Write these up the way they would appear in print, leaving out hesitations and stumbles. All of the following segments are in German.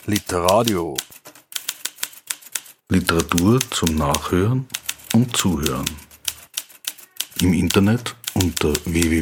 Literadio. Literatur zum Nachhören und Zuhören. Im Internet unter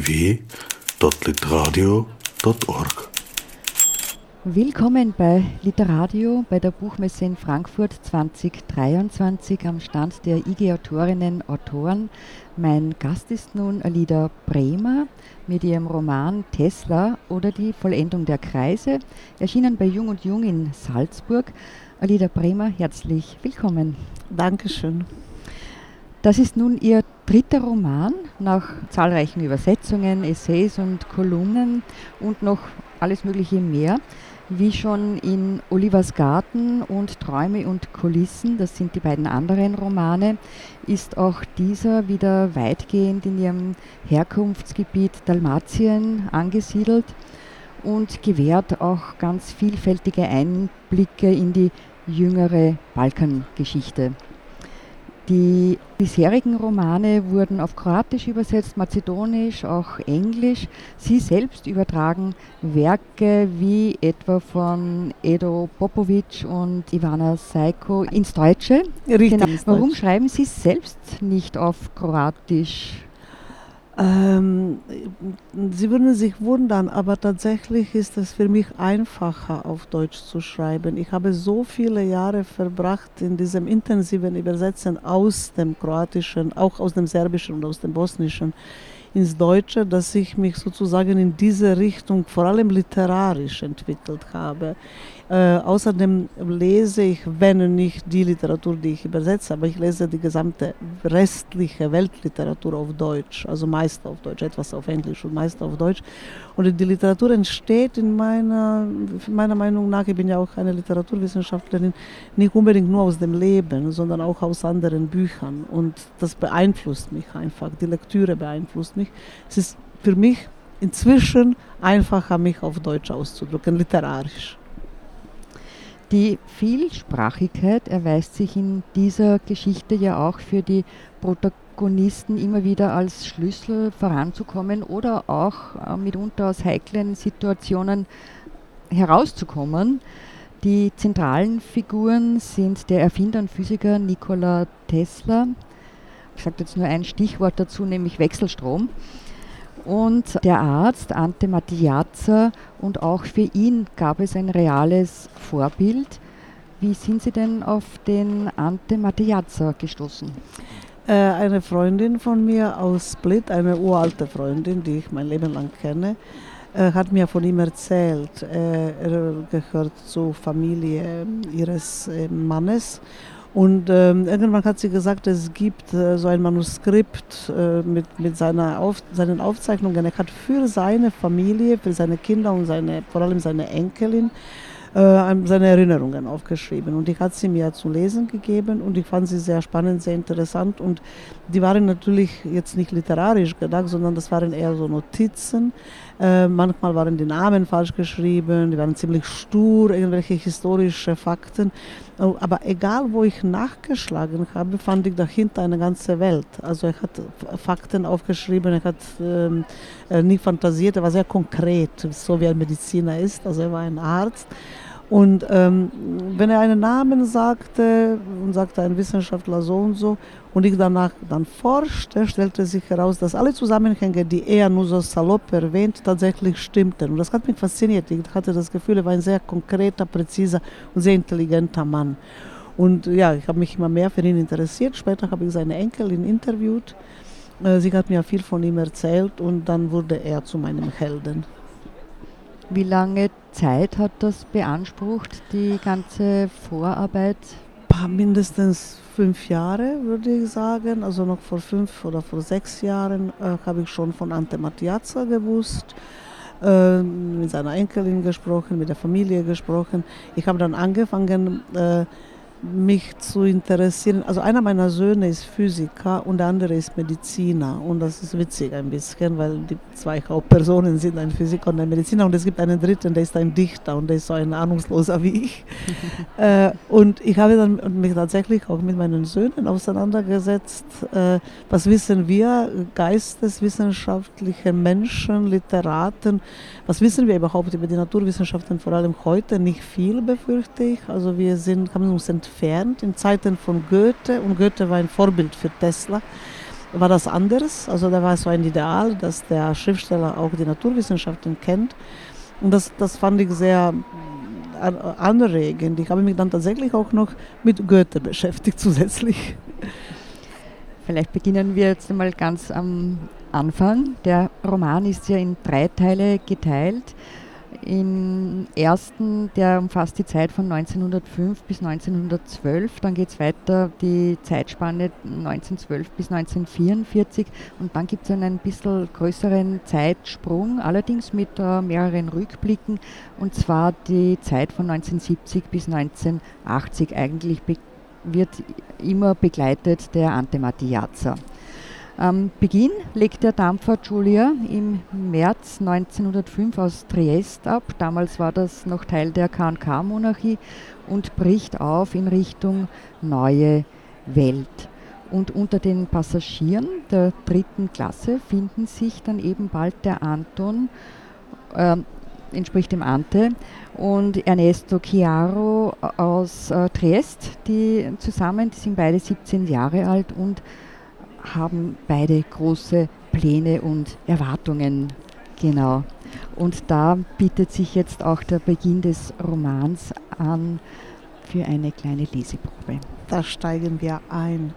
www.literadio.org. Willkommen bei Literadio bei der Buchmesse in Frankfurt 2023 am Stand der IG Autorinnen Autoren. Mein Gast ist nun Alida Bremer mit ihrem Roman Tesla oder die Vollendung der Kreise, erschienen bei Jung und Jung in Salzburg. Alida Bremer, herzlich willkommen. Dankeschön. Das ist nun Ihr dritter Roman nach zahlreichen Übersetzungen, Essays und Kolumnen und noch alles Mögliche mehr. Wie schon in Olivers Garten und Träume und Kulissen, das sind die beiden anderen Romane, ist auch dieser wieder weitgehend in ihrem Herkunftsgebiet Dalmatien angesiedelt und gewährt auch ganz vielfältige Einblicke in die jüngere Balkangeschichte. Die bisherigen Romane wurden auf Kroatisch übersetzt, Mazedonisch, auch Englisch. Sie selbst übertragen Werke wie etwa von Edo Popovic und Ivana Seiko ins Deutsche. Richtig, Genau. ins Warum Deutsche. schreiben Sie selbst nicht auf Kroatisch? Sie würden sich wundern, aber tatsächlich ist es für mich einfacher, auf Deutsch zu schreiben. Ich habe so viele Jahre verbracht in diesem intensiven Übersetzen aus dem Kroatischen, auch aus dem Serbischen und aus dem Bosnischen ins Deutsche, dass ich mich sozusagen in diese Richtung vor allem literarisch entwickelt habe. Außerdem lese ich, wenn nicht die Literatur, die ich übersetze, aber ich lese die gesamte restliche Weltliteratur auf Deutsch, also meist auf Deutsch, etwas auf Englisch und meist auf Deutsch. Und die Literatur entsteht meiner Meinung nach, ich bin ja auch eine Literaturwissenschaftlerin, nicht unbedingt nur aus dem Leben, sondern auch aus anderen Büchern. Und das beeinflusst mich einfach, die Lektüre beeinflusst mich. Es ist für mich inzwischen einfacher, mich auf Deutsch auszudrücken, literarisch. Die Vielsprachigkeit erweist sich in dieser Geschichte ja auch für die Protagonisten immer wieder als Schlüssel voranzukommen oder auch mitunter aus heiklen Situationen herauszukommen. Die zentralen Figuren sind der Erfinder und Physiker Nikola Tesla. Ich sage jetzt nur ein Stichwort dazu, nämlich Wechselstrom. Und der Arzt Ante Matiaza, und auch für ihn gab es ein reales Vorbild. Wie sind Sie denn auf den Ante Matiaza gestoßen? Eine Freundin von mir aus Split, eine uralte Freundin, die ich mein Leben lang kenne, hat mir von ihm erzählt. Er gehört zur Familie ihres Mannes. Und irgendwann hat sie gesagt, es gibt so ein Manuskript mit seinen Aufzeichnungen. Er hat für seine Familie, für seine Kinder und vor allem seine Enkelin seine Erinnerungen aufgeschrieben. Und die hat sie mir zu lesen gegeben und ich fand sie sehr spannend, sehr interessant. Und die waren natürlich jetzt nicht literarisch gedacht, sondern das waren eher so Notizen. Manchmal waren die Namen falsch geschrieben, die waren ziemlich stur, irgendwelche historische Fakten. Aber egal, wo ich nachgeschlagen habe, fand ich dahinter eine ganze Welt. Also er hat Fakten aufgeschrieben, er hat nicht fantasiert, er war sehr konkret, so wie ein Mediziner ist, also er war ein Arzt. Und wenn er einen Namen sagte und sagte ein Wissenschaftler so und so und ich danach dann forschte, stellte sich heraus, dass alle Zusammenhänge, die er nur so salopp erwähnt, tatsächlich stimmten. Und das hat mich fasziniert. Ich hatte das Gefühl, er war ein sehr konkreter, präziser und sehr intelligenter Mann. Und ja, ich habe mich immer mehr für ihn interessiert. Später habe ich seine Enkelin interviewt. Sie hat mir viel von ihm erzählt und dann wurde er zu meinem Helden. Wie lange Zeit hat das beansprucht, die ganze Vorarbeit? Mindestens 5 Jahre, würde ich sagen. Also noch vor 5 oder vor 6 Jahren habe ich schon von Ante Matiaza gewusst, mit seiner Enkelin gesprochen, mit der Familie gesprochen. Ich habe dann angefangen, mich zu interessieren. Also einer meiner Söhne ist Physiker und der andere ist Mediziner. Und das ist witzig ein bisschen, weil die zwei Hauptpersonen sind ein Physiker und ein Mediziner. Und es gibt einen dritten, der ist ein Dichter und der ist so ein Ahnungsloser wie ich. Und ich habe dann mich tatsächlich auch mit meinen Söhnen auseinandergesetzt. Was wissen wir, geisteswissenschaftliche Menschen, Literaten, was wissen wir überhaupt über die Naturwissenschaften, vor allem heute? Nicht viel, befürchte ich. Also haben uns entfernt in Zeiten von Goethe, und Goethe war ein Vorbild für Tesla. War das anders? Also da war so ein Ideal, dass der Schriftsteller auch die Naturwissenschaften kennt. Und das fand ich sehr anregend. Ich habe mich dann tatsächlich auch noch mit Goethe beschäftigt zusätzlich. Vielleicht beginnen wir jetzt einmal ganz am Anfang. Der Roman ist ja in 3 Teile geteilt. Im ersten, der umfasst die Zeit von 1905 bis 1912, dann geht es weiter die Zeitspanne 1912 bis 1944 und dann gibt es einen bisschen größeren Zeitsprung, allerdings mit mehreren Rückblicken, und zwar die Zeit von 1970 bis 1980. Eigentlich wird immer begleitet der Antematiazza. Am Beginn legt der Dampfer Giulia im März 1905 aus Triest ab. Damals war das noch Teil der K&K-Monarchie und bricht auf in Richtung neue Welt. Und unter den Passagieren der 3. Klasse finden sich dann eben bald der Anton, entspricht dem Ante, und Ernesto Chiaro aus Triest, die sind beide 17 Jahre alt und haben beide große Pläne und Erwartungen. Genau. Und da bietet sich jetzt auch der Beginn des Romans an für eine kleine Leseprobe. Da steigen wir ein.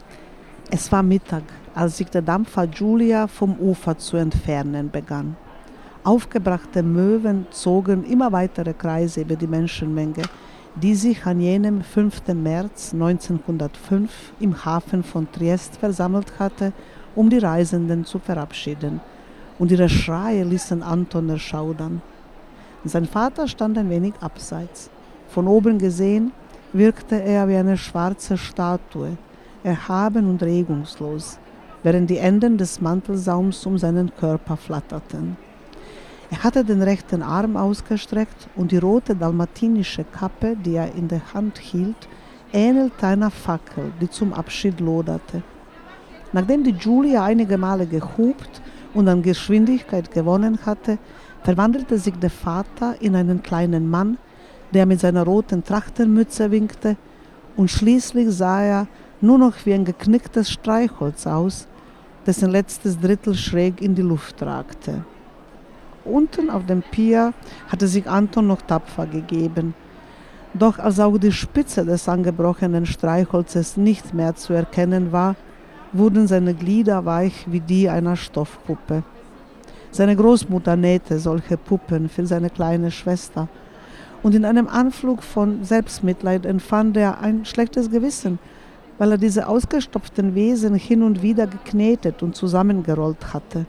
Es war Mittag, als sich der Dampfer Giulia vom Ufer zu entfernen begann. Aufgebrachte Möwen zogen immer weitere Kreise über die Menschenmenge, die sich an jenem 5. März 1905 im Hafen von Triest versammelt hatte, um die Reisenden zu verabschieden. Und ihre Schreie ließen Anton erschaudern. Sein Vater stand ein wenig abseits. Von oben gesehen wirkte er wie eine schwarze Statue, erhaben und regungslos, während die Enden des Mantelsaums um seinen Körper flatterten. Er hatte den rechten Arm ausgestreckt und die rote dalmatinische Kappe, die er in der Hand hielt, ähnelte einer Fackel, die zum Abschied loderte. Nachdem die Giulia einige Male gehupt und an Geschwindigkeit gewonnen hatte, verwandelte sich der Vater in einen kleinen Mann, der mit seiner roten Trachtenmütze winkte, und schließlich sah er nur noch wie ein geknicktes Streichholz aus, dessen letztes Drittel schräg in die Luft ragte. Unten auf dem Pier hatte sich Anton noch tapfer gegeben. Doch als auch die Spitze des angebrochenen Streichholzes nicht mehr zu erkennen war, wurden seine Glieder weich wie die einer Stoffpuppe. Seine Großmutter nähte solche Puppen für seine kleine Schwester. Und in einem Anflug von Selbstmitleid empfand er ein schlechtes Gewissen, weil er diese ausgestopften Wesen hin und wieder geknetet und zusammengerollt hatte.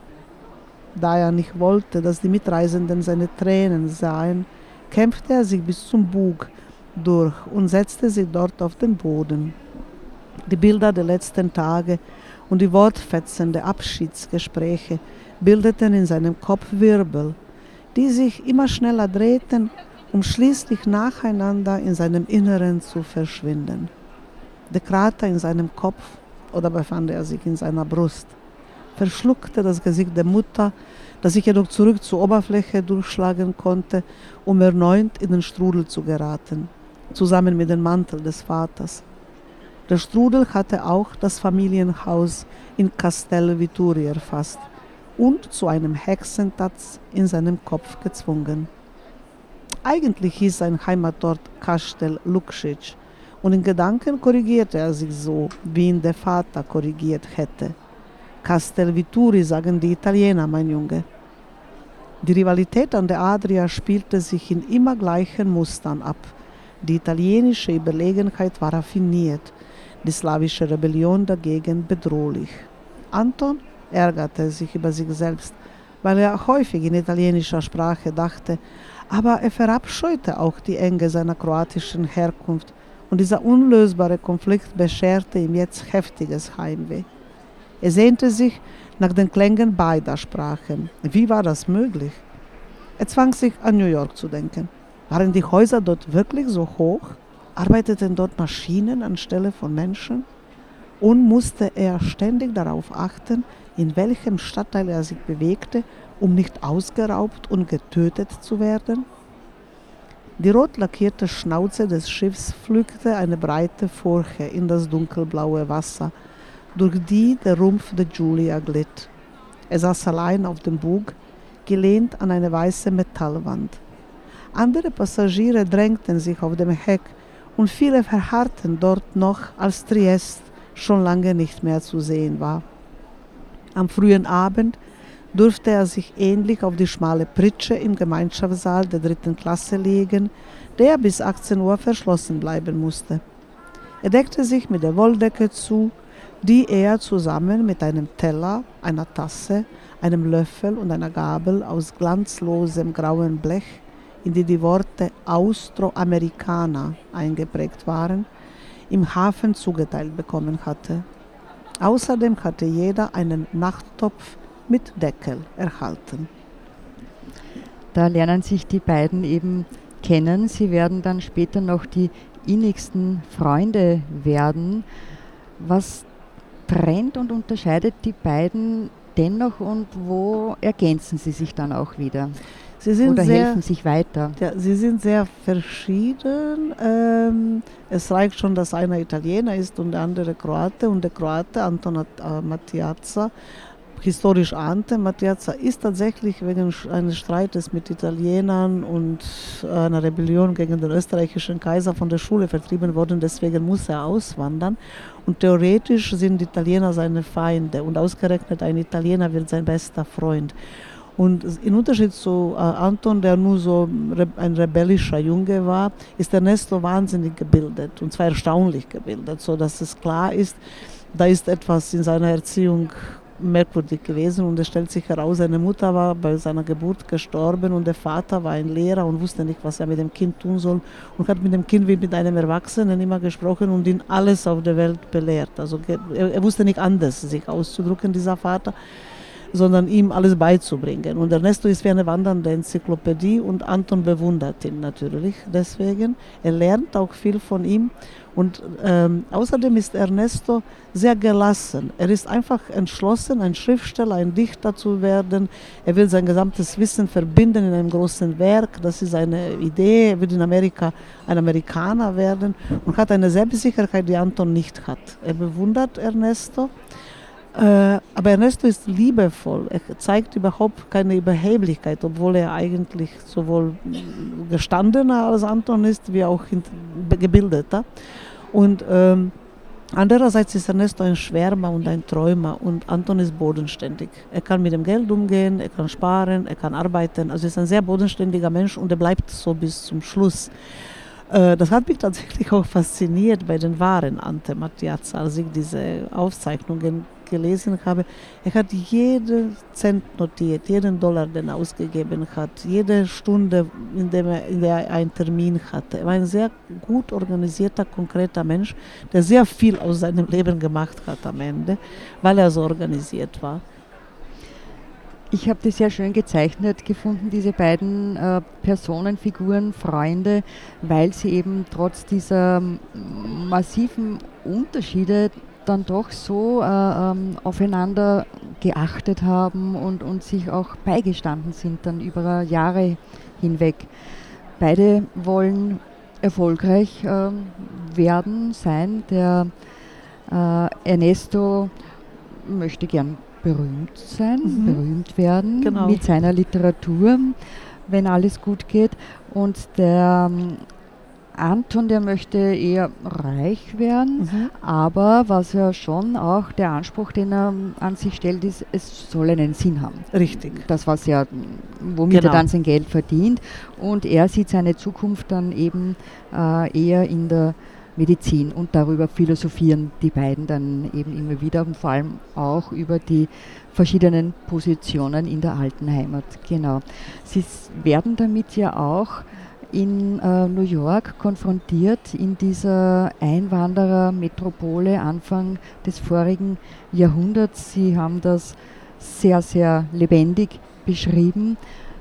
Da er nicht wollte, dass die Mitreisenden seine Tränen sahen, kämpfte er sich bis zum Bug durch und setzte sich dort auf den Boden. Die Bilder der letzten Tage und die Wortfetzen der Abschiedsgespräche bildeten in seinem Kopf Wirbel, die sich immer schneller drehten, um schließlich nacheinander in seinem Inneren zu verschwinden. Der Krater in seinem Kopf, oder befand er sich in seiner Brust, verschluckte das Gesicht der Mutter, das sich jedoch zurück zur Oberfläche durchschlagen konnte, um erneut in den Strudel zu geraten, zusammen mit dem Mantel des Vaters. Der Strudel hatte auch das Familienhaus in Castel Vittorio erfasst und zu einem Hexentanz in seinem Kopf gezwungen. Eigentlich hieß sein Heimatort Castel Lukšić, und in Gedanken korrigierte er sich so, wie ihn der Vater korrigiert hätte. Castel Vittorio sagen die Italiener, mein Junge. Die Rivalität an der Adria spielte sich in immer gleichen Mustern ab. Die italienische Überlegenheit war raffiniert, die slawische Rebellion dagegen bedrohlich. Anton ärgerte sich über sich selbst, weil er häufig in italienischer Sprache dachte, aber er verabscheute auch die Enge seiner kroatischen Herkunft und dieser unlösbare Konflikt bescherte ihm jetzt heftiges Heimweh. Er sehnte sich nach den Klängen beider Sprachen. Wie war das möglich? Er zwang sich an New York zu denken. Waren die Häuser dort wirklich so hoch? Arbeiteten dort Maschinen anstelle von Menschen? Und musste er ständig darauf achten, in welchem Stadtteil er sich bewegte, um nicht ausgeraubt und getötet zu werden? Die rot lackierte Schnauze des Schiffs pflückte eine breite Furche in das dunkelblaue Wasser, durch die der Rumpf der Julia glitt. Er saß allein auf dem Bug, gelehnt an eine weiße Metallwand. Andere Passagiere drängten sich auf dem Heck und viele verharrten dort noch, als Triest schon lange nicht mehr zu sehen war. Am frühen Abend durfte er sich ähnlich auf die schmale Pritsche im Gemeinschaftssaal der 3. Klasse legen, der bis 18 Uhr verschlossen bleiben musste. Er deckte sich mit der Wolldecke zu, die er zusammen mit einem Teller, einer Tasse, einem Löffel und einer Gabel aus glanzlosem grauen Blech, in die Worte Austroamerikaner eingeprägt waren, im Hafen zugeteilt bekommen hatte. Außerdem hatte jeder einen Nachttopf mit Deckel erhalten. Da lernen sich die beiden eben kennen. Sie werden dann später noch die innigsten Freunde werden. Was trennt und unterscheidet die beiden dennoch und wo ergänzen sie sich dann auch wieder? Oder helfen sich weiter? Ja, sie sind sehr verschieden. Es reicht schon, dass einer Italiener ist und der andere Kroate. Und der Kroate, Anton Matiazza, historisch Ante Matiazza, ist tatsächlich wegen eines Streites mit Italienern und einer Rebellion gegen den österreichischen Kaiser von der Schule vertrieben worden. Deswegen muss er auswandern. Und theoretisch sind Italiener seine Feinde. Und ausgerechnet ein Italiener wird sein bester Freund. Und im Unterschied zu Anton, der nur so ein rebellischer Junge war, ist Ernesto wahnsinnig gebildet, und zwar erstaunlich gebildet, sodass es klar ist, da ist etwas in seiner Erziehung merkwürdig gewesen, und es stellt sich heraus, seine Mutter war bei seiner Geburt gestorben und der Vater war ein Lehrer und wusste nicht, was er mit dem Kind tun soll, und hat mit dem Kind wie mit einem Erwachsenen immer gesprochen und ihn alles auf der Welt belehrt. Also er wusste nicht anders, sich auszudrücken, dieser Vater, sondern ihm alles beizubringen. Und Ernesto ist wie eine wandernde Enzyklopädie und Anton bewundert ihn natürlich deswegen. Er lernt auch viel von ihm und außerdem ist Ernesto sehr gelassen. Er ist einfach entschlossen, ein Schriftsteller, ein Dichter zu werden. Er will sein gesamtes Wissen verbinden in einem großen Werk. Das ist eine Idee. Er will in Amerika ein Amerikaner werden und hat eine Selbstsicherheit, die Anton nicht hat. Er bewundert Ernesto. Aber Ernesto ist liebevoll, er zeigt überhaupt keine Überheblichkeit, obwohl er eigentlich sowohl gestandener als Anton ist, wie auch gebildeter. Und andererseits ist Ernesto ein Schwärmer und ein Träumer und Anton ist bodenständig. Er kann mit dem Geld umgehen, er kann sparen, er kann arbeiten, also er ist ein sehr bodenständiger Mensch und er bleibt so bis zum Schluss. Das hat mich tatsächlich auch fasziniert bei den wahren Ante Matiazza, als ich diese Aufzeichnungen gelesen habe. Er hat jeden Cent notiert, jeden Dollar, den er ausgegeben hat, jede Stunde, in der er einen Termin hatte. Er war ein sehr gut organisierter, konkreter Mensch, der sehr viel aus seinem Leben gemacht hat am Ende, weil er so organisiert war. Ich habe das sehr schön gezeichnet gefunden, diese beiden Personenfiguren, Freunde, weil sie eben trotz dieser massiven Unterschiede dann doch so aufeinander geachtet haben und sich auch beigestanden sind dann über Jahre hinweg. Beide wollen erfolgreich sein. Der Ernesto möchte gern berühmt sein, berühmt werden, genau, mit seiner Literatur, wenn alles gut geht. Und der Anton, der möchte eher reich werden, aber was ja schon auch der Anspruch, den er an sich stellt, ist, es soll einen Sinn haben. Richtig. Das, was ja, womit er dann sein Geld verdient. Und er sieht seine Zukunft dann eben eher in der Medizin, und darüber philosophieren die beiden dann eben immer wieder und vor allem auch über die verschiedenen Positionen in der alten Heimat. Genau. Sie werden damit ja auch in New York konfrontiert, in dieser Einwanderermetropole Anfang des vorigen Jahrhunderts. Sie haben das sehr, sehr lebendig beschrieben.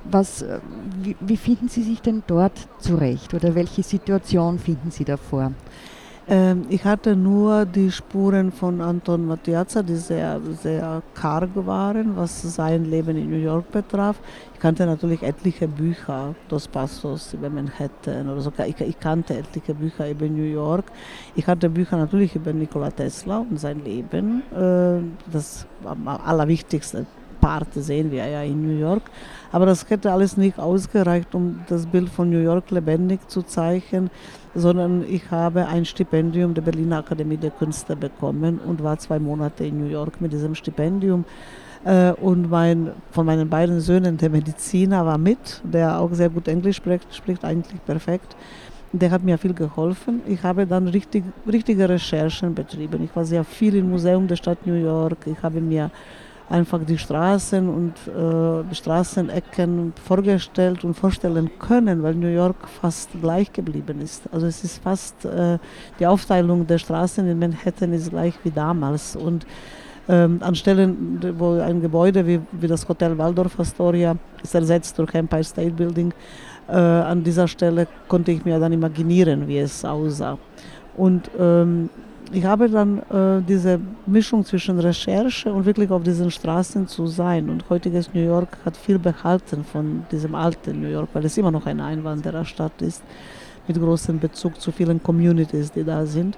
Wie finden Sie sich denn dort zurecht oder welche Situation finden Sie davor? Ich hatte nur die Spuren von Anton Matiaza, die sehr, sehr karg waren, was sein Leben in New York betraf. Ich kannte natürlich etliche Bücher, Dos Passos über Manhattan oder sogar. Ich kannte etliche Bücher über New York. Ich hatte Bücher natürlich über Nikola Tesla und sein Leben. Das am allerwichtigste Part sehen wir ja in New York. Aber das hätte alles nicht ausgereicht, um das Bild von New York lebendig zu zeichnen, sondern ich habe ein Stipendium der Berliner Akademie der Künste bekommen und war 2 Monate in New York mit diesem Stipendium. Und von meinen beiden Söhnen, der Mediziner, war mit, der auch sehr gut Englisch spricht eigentlich perfekt. Der hat mir viel geholfen. Ich habe dann richtige Recherchen betrieben. Ich war sehr viel im Museum der Stadt New York. Ich habe mir einfach die Straßen und die Straßenecken vorgestellt und vorstellen können, weil New York fast gleich geblieben ist. Also es ist fast, die Aufteilung der Straßen in Manhattan ist gleich wie damals. Und an Stellen, wo ein Gebäude wie das Hotel Waldorf Astoria ist ersetzt durch Empire State Building, an dieser Stelle konnte ich mir dann imaginieren, wie es aussah. Und ich habe dann diese Mischung zwischen Recherche und wirklich auf diesen Straßen zu sein. Und heutiges New York hat viel behalten von diesem alten New York, weil es immer noch eine Einwandererstadt ist, mit großem Bezug zu vielen Communities, die da sind.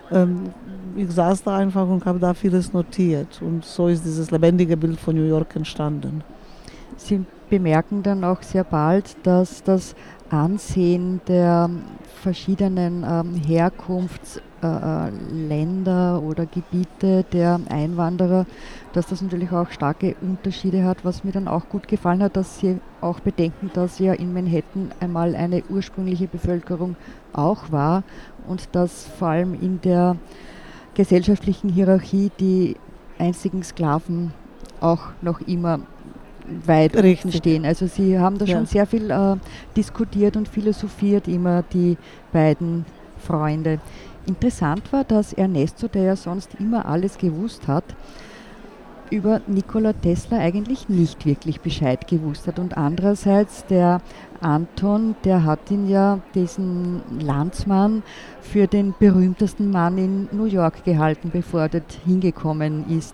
Ich saß da einfach und habe da vieles notiert. Und so ist dieses lebendige Bild von New York entstanden. Sie bemerken dann auch sehr bald, dass das Ansehen der verschiedenen Herkunftsländer oder Gebiete der Einwanderer, dass das natürlich auch starke Unterschiede hat. Was mir dann auch gut gefallen hat, dass Sie auch bedenken, dass ja in Manhattan einmal eine ursprüngliche Bevölkerung auch war und dass vor allem in der gesellschaftlichen Hierarchie die einzigen Sklaven auch noch immer weit unten stehen. Also Sie haben da schon sehr viel diskutiert und philosophiert, immer die beiden Freunde. Interessant war, dass Ernesto, der ja sonst immer alles gewusst hat, über Nikola Tesla eigentlich nicht wirklich Bescheid gewusst hat. Und andererseits der Anton, der hat ihn ja, diesen Landsmann, für den berühmtesten Mann in New York gehalten, bevor er dort hingekommen ist.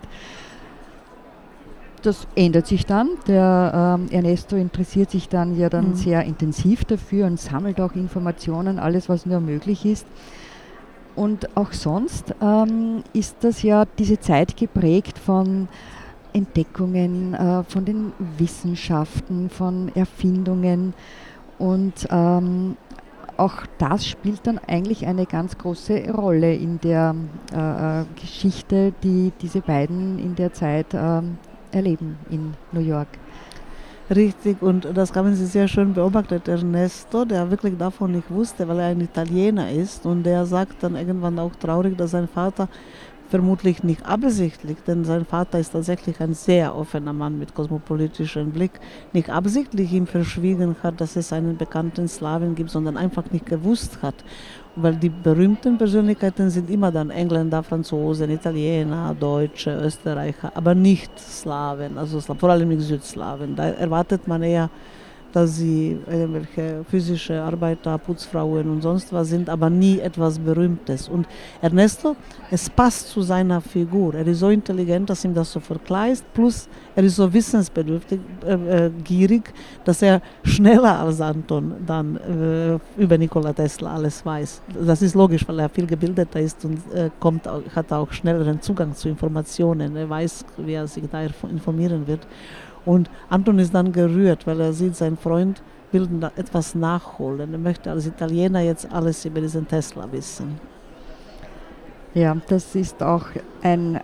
Das ändert sich dann. Der Ernesto interessiert sich dann sehr intensiv dafür und sammelt auch Informationen, alles was nur möglich ist. Und auch sonst ist das ja diese Zeit geprägt von Entdeckungen, von den Wissenschaften, von Erfindungen und auch das spielt dann eigentlich eine ganz große Rolle in der Geschichte, die diese beiden in der Zeit erleben in New York. Richtig, und das haben Sie sehr schön beobachtet, Ernesto, der wirklich davon nicht wusste, weil er ein Italiener ist, und der sagt dann irgendwann auch traurig, dass sein Vater vermutlich nicht absichtlich, denn sein Vater ist tatsächlich ein sehr offener Mann mit kosmopolitischem Blick, nicht absichtlich ihm verschwiegen hat, dass es einen bekannten Slawen gibt, sondern einfach nicht gewusst hat. Weil die berühmten Persönlichkeiten sind immer dann Engländer, Franzosen, Italiener, Deutsche, Österreicher, aber nicht Slawen, also vor allem nicht Südslawen. Da erwartet man eher, dass sie irgendwelche physische Arbeiter, Putzfrauen und sonst was sind, aber nie etwas Berühmtes. Und Ernesto, es passt zu seiner Figur. Er ist so intelligent, dass ihm das so verkleist, plus er ist so wissensbedürftig, gierig, dass er schneller als Anton dann über Nikola Tesla alles weiß. Das ist logisch, weil er viel gebildeter ist und hat auch schnelleren Zugang zu Informationen. Er weiß, wie er sich da informieren wird. Und Anton ist dann gerührt, weil er sieht, sein Freund will da etwas nachholen. Er möchte als Italiener jetzt alles über diesen Tesla wissen. Ja, das ist auch ein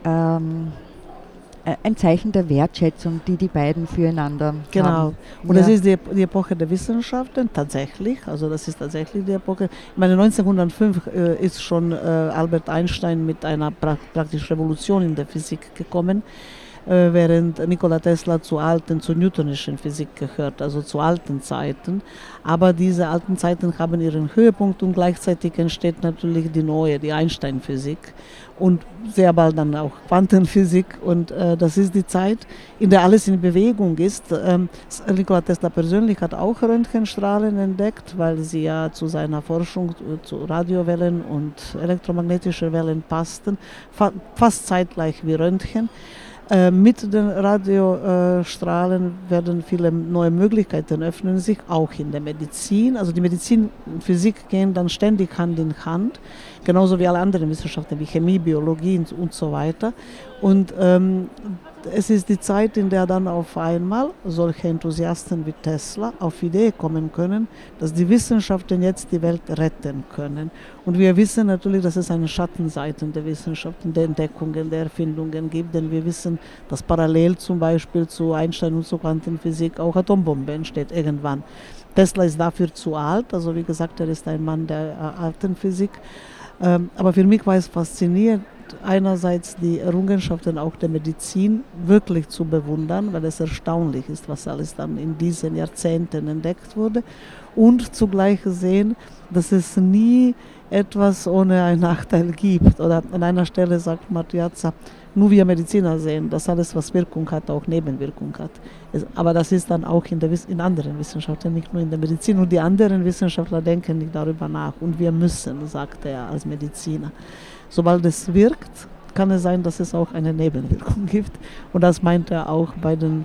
Zeichen der Wertschätzung, die beiden füreinander haben. Genau. Und das ist die Epoche der Wissenschaften, tatsächlich. Also das ist tatsächlich die Epoche. Ich meine, 1905 ist schon Albert Einstein mit einer praktisch Revolution in der Physik gekommen. während Nikola Tesla zur newtonischen Physik gehört, also zu alten Zeiten. Aber diese alten Zeiten haben ihren Höhepunkt und gleichzeitig entsteht natürlich die neue, die Einstein-Physik und sehr bald dann auch Quantenphysik. Und das ist die Zeit, in der alles in Bewegung ist. Nikola Tesla persönlich hat auch Röntgenstrahlen entdeckt, weil sie ja zu seiner Forschung zu Radiowellen und elektromagnetischen Wellen passten, fast zeitgleich wie Röntgen. Mit den Radiostrahlen werden viele neue Möglichkeiten öffnen sich, auch in der Medizin. Also die Medizin und Physik gehen dann ständig Hand in Hand, genauso wie alle anderen Wissenschaften wie Chemie, Biologie und so weiter. Und es ist die Zeit, in der dann auf einmal solche Enthusiasten wie Tesla auf die Idee kommen können, dass die Wissenschaften jetzt die Welt retten können. Und wir wissen natürlich, dass es eine Schattenseite der Wissenschaften, der Entdeckungen, der Erfindungen gibt, denn wir wissen, dass parallel zum Beispiel zu Einstein und zur Quantenphysik auch Atombombe entsteht irgendwann. Tesla ist dafür zu alt, also wie gesagt, er ist ein Mann der alten Physik. Aber für mich war es faszinierend, einerseits die Errungenschaften auch der Medizin wirklich zu bewundern, weil es erstaunlich ist, was alles dann in diesen Jahrzehnten entdeckt wurde, und zugleich sehen, dass es nie etwas ohne einen Nachteil gibt. Oder an einer Stelle sagt Martiazza, nur wir Mediziner sehen, dass alles, was Wirkung hat, auch Nebenwirkung hat. Aber das ist dann auch in anderen Wissenschaften, nicht nur in der Medizin. Und die anderen Wissenschaftler denken nicht darüber nach. Und wir müssen, sagt er als Mediziner. Sobald es wirkt, kann es sein, dass es auch eine Nebenwirkung gibt. Und das meint er auch bei den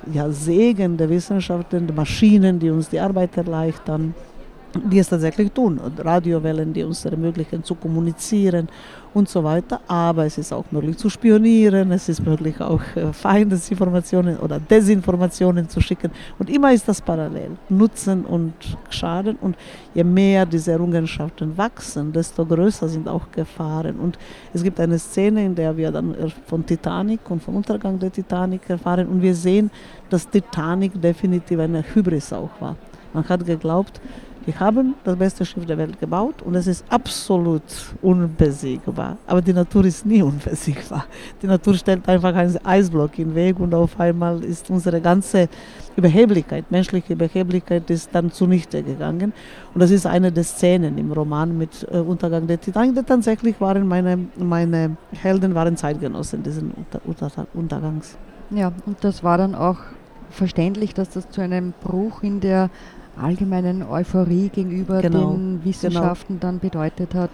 Segen der Wissenschaften, den Maschinen, die uns die Arbeit erleichtern, die es tatsächlich tun. Und Radiowellen, die uns ermöglichen zu kommunizieren und so weiter. Aber es ist auch möglich zu spionieren, es ist möglich auch Feindesinformationen oder Desinformationen zu schicken. Und immer ist das parallel, Nutzen und Schaden. Und je mehr diese Errungenschaften wachsen, desto größer sind auch Gefahren. Und es gibt eine Szene, in der wir dann von Titanic und vom Untergang der Titanic erfahren. Und wir sehen, dass Titanic definitiv eine Hybris auch war. Man hat geglaubt, wir haben das beste Schiff der Welt gebaut und es ist absolut unbesiegbar. Aber die Natur ist nie unbesiegbar. Die Natur stellt einfach einen Eisblock in den Weg und auf einmal ist unsere ganze Überheblichkeit, menschliche Überheblichkeit ist dann zunichte gegangen. Und das ist eine der Szenen im Roman mit Untergang der Titanic. Tatsächlich waren meine Helden waren Zeitgenossen dieses Untergangs. Ja, und das war dann auch verständlich, dass das zu einem Bruch in der allgemeinen Euphorie gegenüber den Wissenschaften dann bedeutet hat.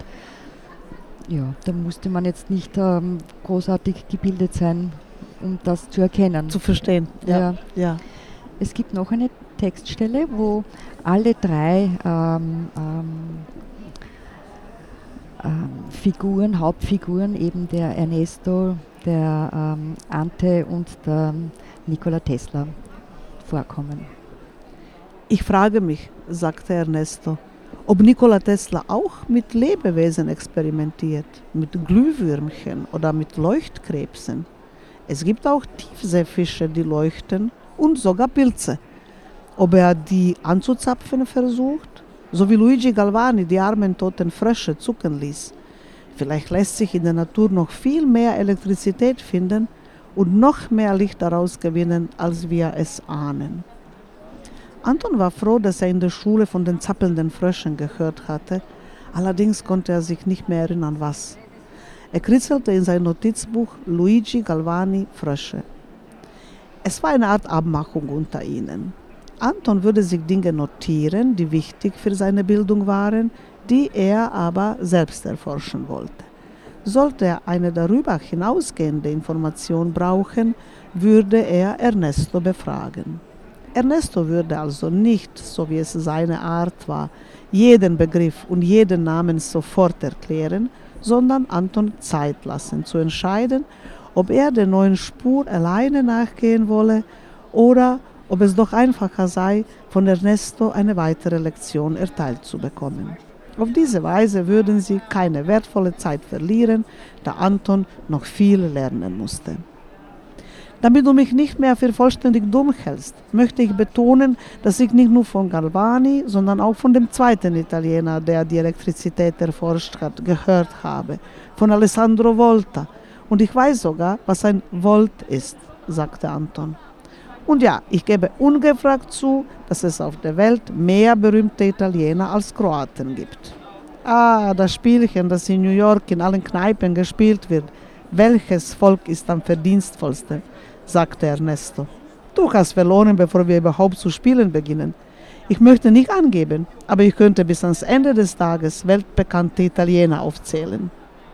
Ja, da musste man jetzt nicht großartig gebildet sein, um das zu erkennen. Zu verstehen, ja. Es gibt noch eine Textstelle, wo alle drei Hauptfiguren, eben der Ernesto, der Ante und der Nikola Tesla vorkommen. Ich frage mich, sagte Ernesto, ob Nikola Tesla auch mit Lebewesen experimentiert, mit Glühwürmchen oder mit Leuchtkrebsen. Es gibt auch Tiefseefische, die leuchten, und sogar Pilze. Ob er die anzuzapfen versucht, so wie Luigi Galvani die armen toten Frösche zucken ließ. Vielleicht lässt sich in der Natur noch viel mehr Elektrizität finden und noch mehr Licht daraus gewinnen, als wir es ahnen. Anton war froh, dass er in der Schule von den zappelnden Fröschen gehört hatte. Allerdings konnte er sich nicht mehr erinnern, was. Er kritzelte in sein Notizbuch Luigi Galvani Frösche. Es war eine Art Abmachung unter ihnen. Anton würde sich Dinge notieren, die wichtig für seine Bildung waren, die er aber selbst erforschen wollte. Sollte er eine darüber hinausgehende Information brauchen, würde er Ernesto befragen. Ernesto würde also nicht, so wie es seine Art war, jeden Begriff und jeden Namen sofort erklären, sondern Anton Zeit lassen, zu entscheiden, ob er der neuen Spur alleine nachgehen wolle oder ob es doch einfacher sei, von Ernesto eine weitere Lektion erteilt zu bekommen. Auf diese Weise würden sie keine wertvolle Zeit verlieren, da Anton noch viel lernen musste. Damit du mich nicht mehr für vollständig dumm hältst, möchte ich betonen, dass ich nicht nur von Galvani, sondern auch von dem zweiten Italiener, der die Elektrizität erforscht hat, gehört habe, von Alessandro Volta Und ich weiß sogar, was ein Volt ist, sagte Anton. Und ja, ich gebe ungefragt zu, dass es auf der Welt mehr berühmte Italiener als Kroaten gibt. Ah, das Spielchen, das in New York in allen Kneipen gespielt wird. Welches Volk ist am verdienstvollsten? Sagte Ernesto. Du hast verloren, bevor wir überhaupt zu spielen beginnen. Ich möchte nicht angeben, aber ich könnte bis ans Ende des Tages weltbekannte Italiener aufzählen.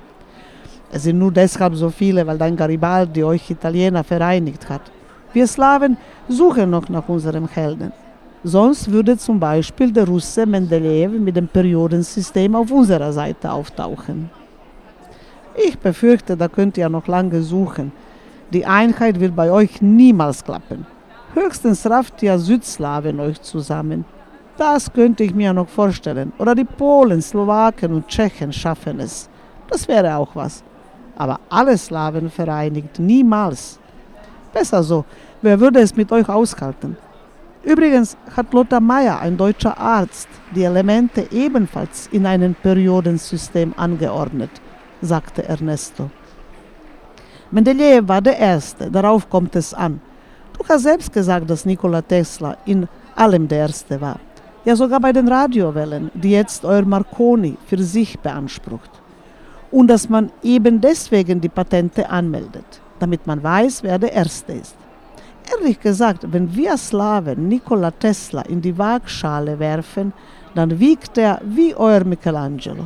Es sind nur deshalb so viele, weil dein Garibaldi euch Italiener vereinigt hat. Wir Slawen suchen noch nach unserem Helden. Sonst würde zum Beispiel der Russe Mendeleev mit dem Periodensystem auf unserer Seite auftauchen. Ich befürchte, da könnt ihr noch lange suchen. Die Einheit wird bei euch niemals klappen. Höchstens rafft ihr Südslawen euch zusammen. Das könnte ich mir noch vorstellen. Oder die Polen, Slowaken und Tschechen schaffen es. Das wäre auch was. Aber alle Slawen vereinigt niemals. Besser so. Wer würde es mit euch aushalten? Übrigens hat Lothar Meyer, ein deutscher Arzt, die Elemente ebenfalls in einem Periodensystem angeordnet, sagte Ernesto. Mendeleev war der Erste, darauf kommt es an. Du hast selbst gesagt, dass Nikola Tesla in allem der Erste war. Ja, sogar bei den Radiowellen, die jetzt euer Marconi für sich beansprucht. Und dass man eben deswegen die Patente anmeldet, damit man weiß, wer der Erste ist. Ehrlich gesagt, wenn wir Slawen Nikola Tesla in die Waagschale werfen, dann wiegt er wie euer Michelangelo.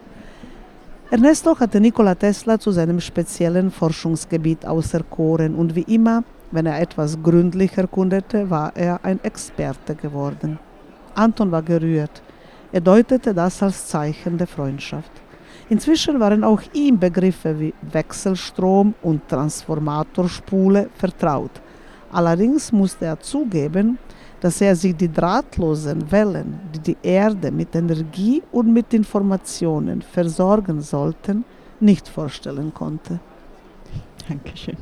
Ernesto hatte Nikola Tesla zu seinem speziellen Forschungsgebiet auserkoren und wie immer, wenn er etwas gründlich erkundete, war er ein Experte geworden. Anton war gerührt. Er deutete das als Zeichen der Freundschaft. Inzwischen waren auch ihm Begriffe wie Wechselstrom und Transformatorspule vertraut. Allerdings musste er zugeben, dass er sich die drahtlosen Wellen, die die Erde mit Energie und mit Informationen versorgen sollten, nicht vorstellen konnte. Dankeschön.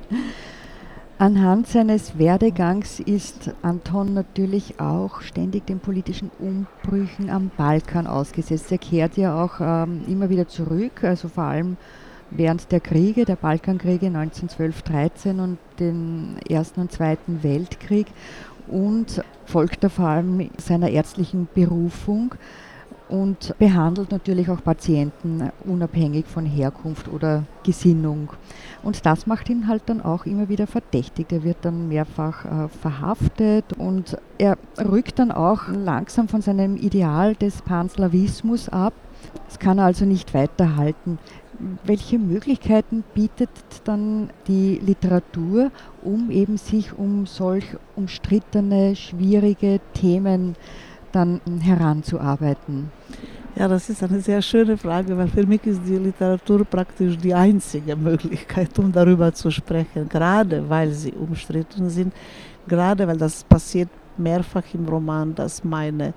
Anhand seines Werdegangs ist Anton natürlich auch ständig den politischen Umbrüchen am Balkan ausgesetzt. Er kehrt ja auch immer wieder zurück, also vor allem während der Kriege, der Balkankriege 1912-13 und den Ersten und Zweiten Weltkrieg, und folgt da vor allem seiner ärztlichen Berufung und behandelt natürlich auch Patienten unabhängig von Herkunft oder Gesinnung. Und das macht ihn halt dann auch immer wieder verdächtig. Er wird dann mehrfach verhaftet und er rückt dann auch langsam von seinem Ideal des Panslawismus ab. Das kann er also nicht weiterhalten. Welche Möglichkeiten bietet dann die Literatur, um eben sich um solch umstrittene, schwierige Themen dann heranzuarbeiten? Ja, das ist eine sehr schöne Frage, weil für mich ist die Literatur praktisch die einzige Möglichkeit, um darüber zu sprechen, gerade weil sie umstritten sind, gerade weil das passiert mehrfach im Roman, dass meine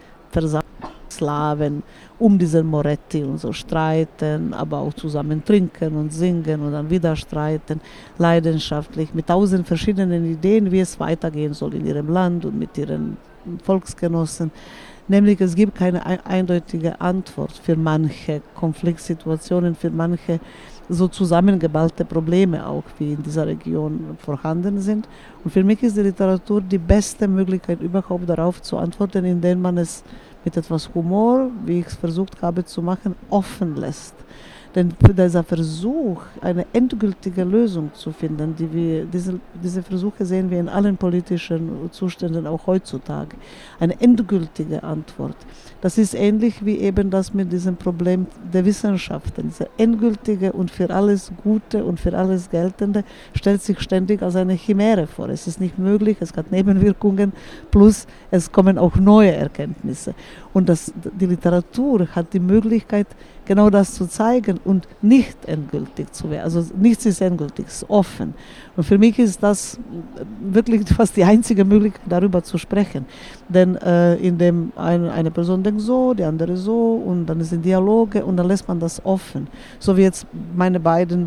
Slawen um diesen Moretti und so streiten, aber auch zusammen trinken und singen und dann wieder streiten, leidenschaftlich, mit 1000 verschiedenen Ideen, wie es weitergehen soll in ihrem Land und mit ihren Volksgenossen. Nämlich es gibt keine eindeutige Antwort für manche Konfliktsituationen, für manche so zusammengeballte Probleme auch, wie in dieser Region vorhanden sind. Und für mich ist die Literatur die beste Möglichkeit überhaupt darauf zu antworten, indem man es mit etwas Humor, wie ich es versucht habe zu machen, offen lässt. Denn für dieser Versuch, eine endgültige Lösung zu finden, diese Versuche sehen wir in allen politischen Zuständen auch heutzutage, eine endgültige Antwort. Das ist ähnlich wie eben das mit diesem Problem der Wissenschaften. Diese endgültige und für alles Gute und für alles Geltende stellt sich ständig als eine Chimäre vor. Es ist nicht möglich, es hat Nebenwirkungen, plus es kommen auch neue Erkenntnisse. Und die Literatur hat die Möglichkeit, genau das zu zeigen und nicht endgültig zu werden. Also nichts ist endgültig, es ist offen. Und für mich ist das wirklich fast die einzige Möglichkeit, darüber zu sprechen. Denn indem eine Person denkt so, die andere so und dann sind Dialoge und dann lässt man das offen. So wie jetzt meine beiden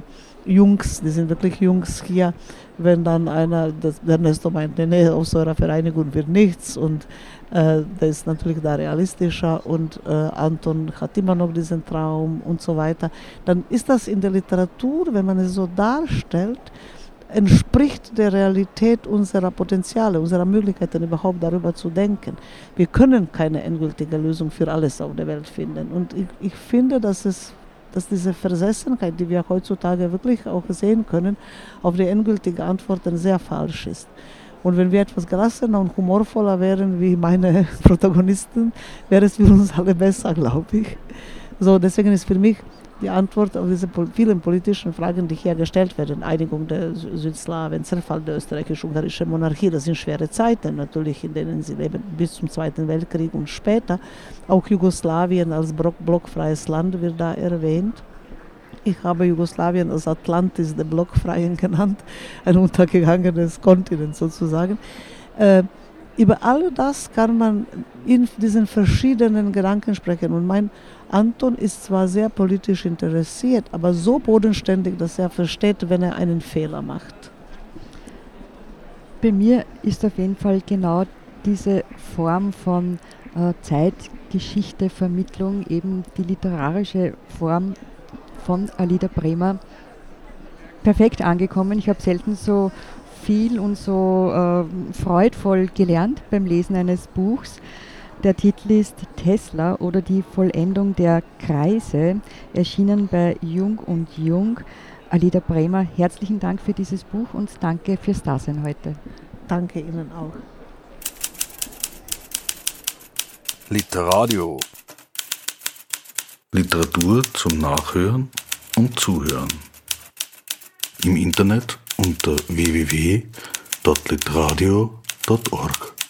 Jungs, die sind wirklich Jungs hier, wenn dann einer, der Ernesto meint, nee, aus so einer Vereinigung wird nichts und der ist natürlich da realistischer und Anton hat immer noch diesen Traum und so weiter, dann ist das in der Literatur, wenn man es so darstellt, entspricht der Realität unserer Potenziale, unserer Möglichkeiten überhaupt darüber zu denken. Wir können keine endgültige Lösung für alles auf der Welt finden und ich finde, dass diese Versessenheit, die wir heutzutage wirklich auch sehen können, auf die endgültige Antworten sehr falsch ist. Und wenn wir etwas gelassener und humorvoller wären wie meine Protagonisten, wäre es für uns alle besser, glaube ich. So, deswegen ist für mich die Antwort auf diese vielen politischen Fragen, die hier gestellt werden, Einigung der Südslawen, Zerfall der österreichisch-ungarischen Monarchie, das sind schwere Zeiten natürlich, in denen sie leben, bis zum Zweiten Weltkrieg und später. Auch Jugoslawien als blockfreies Land wird da erwähnt. Ich habe Jugoslawien als Atlantis der Blockfreien genannt, ein untergegangenes Kontinent sozusagen. Über all das kann man in diesen verschiedenen Gedanken sprechen. Und mein Anton ist zwar sehr politisch interessiert, aber so bodenständig, dass er versteht, wenn er einen Fehler macht. Bei mir ist auf jeden Fall genau diese Form von Zeitgeschichte-Vermittlung, eben die literarische Form von Alida Bremer, perfekt angekommen. Ich habe selten so viel und so freudvoll gelernt beim Lesen eines Buchs. Der Titel ist Tesla oder die Vollendung der Kreise, erschienen bei Jung und Jung. Alida Bremer, herzlichen Dank für dieses Buch und danke fürs Dasein heute. Danke Ihnen auch. Literadio. Literatur zum Nachhören und Zuhören. Im Internet unter www.literadio.org.